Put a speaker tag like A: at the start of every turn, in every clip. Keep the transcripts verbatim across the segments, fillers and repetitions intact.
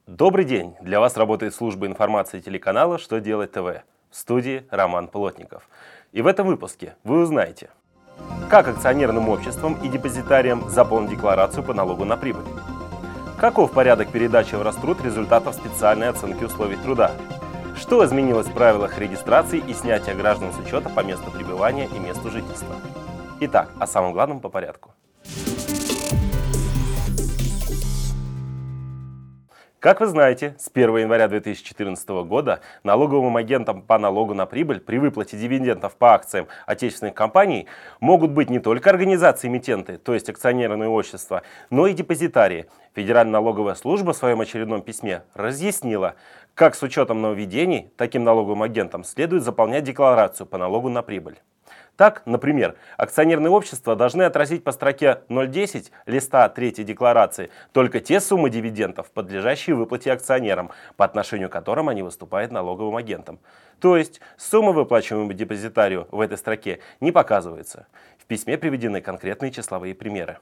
A: Добрый день! Для вас работает служба информации телеканала «Что делать ТВ». В студии Роман Плотников. И в этом выпуске вы узнаете, как акционерным обществам и депозитариям заполнить декларацию по налогу на прибыль, каков порядок передачи в Роструд результатов специальной оценки условий труда, что изменилось в правилах регистрации и снятия граждан с учета по месту пребывания и месту жительства. Итак, о самом главном по порядку. Как вы знаете, с первого января две тысячи четырнадцатого года налоговым агентом по налогу на прибыль при выплате дивидендов по акциям отечественных компаний могут быть не только организации-эмитенты, то есть акционерные общества, но и депозитарии. Федеральная налоговая служба в своем очередном письме разъяснила, как с учетом нововведений таким налоговым агентам следует заполнять декларацию по налогу на прибыль. Так, например, акционерные общества должны отразить по строке ноль десять листа третьей декларации только те суммы дивидендов, подлежащие выплате акционерам, по отношению к которым они выступают налоговым агентом. То есть сумма, выплачиваемая депозитарию в этой строке, не показывается. В письме приведены конкретные числовые примеры.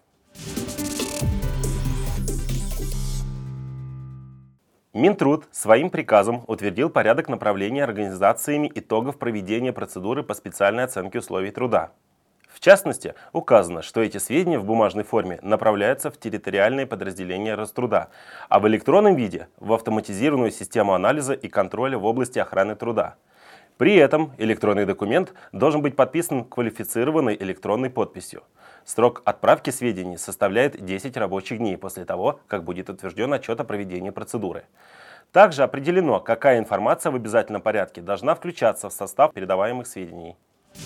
A: Минтруд своим приказом утвердил порядок направления организациями итогов проведения процедуры по специальной оценке условий труда. В частности, указано, что эти сведения в бумажной форме направляются в территориальные подразделения Роструда, а в электронном виде – в автоматизированную систему анализа и контроля в области охраны труда. При этом электронный документ должен быть подписан квалифицированной электронной подписью. Срок отправки сведений составляет десять рабочих дней после того, как будет утвержден отчет о проведении процедуры. Также определено, какая информация в обязательном порядке должна включаться в состав передаваемых сведений.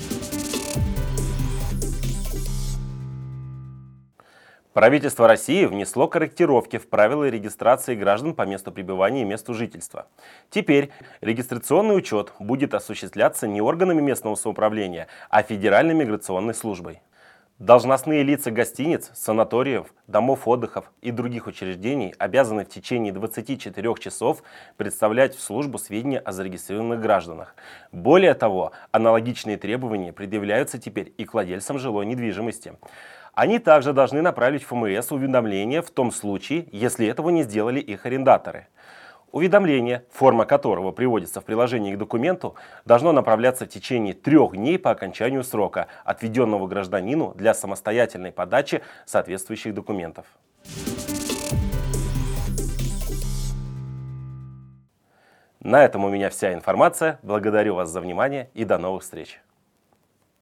A: Правительство России внесло корректировки в правила регистрации граждан по месту пребывания и месту жительства. Теперь регистрационный учет будет осуществляться не органами местного самоуправления, а Федеральной миграционной службой. Должностные лица гостиниц, санаториев, домов отдыхов и других учреждений обязаны в течение двадцати четырёх часов представлять в службу сведения о зарегистрированных гражданах. Более того, аналогичные требования предъявляются теперь и к владельцам жилой недвижимости. Они также должны направить в ФМС уведомление в том случае, если этого не сделали их арендаторы. Уведомление, форма которого приводится в приложении к документу, должно направляться в течение трех дней по окончанию срока, отведенного гражданину для самостоятельной подачи соответствующих документов. На этом у меня вся информация. Благодарю вас за внимание и до новых встреч!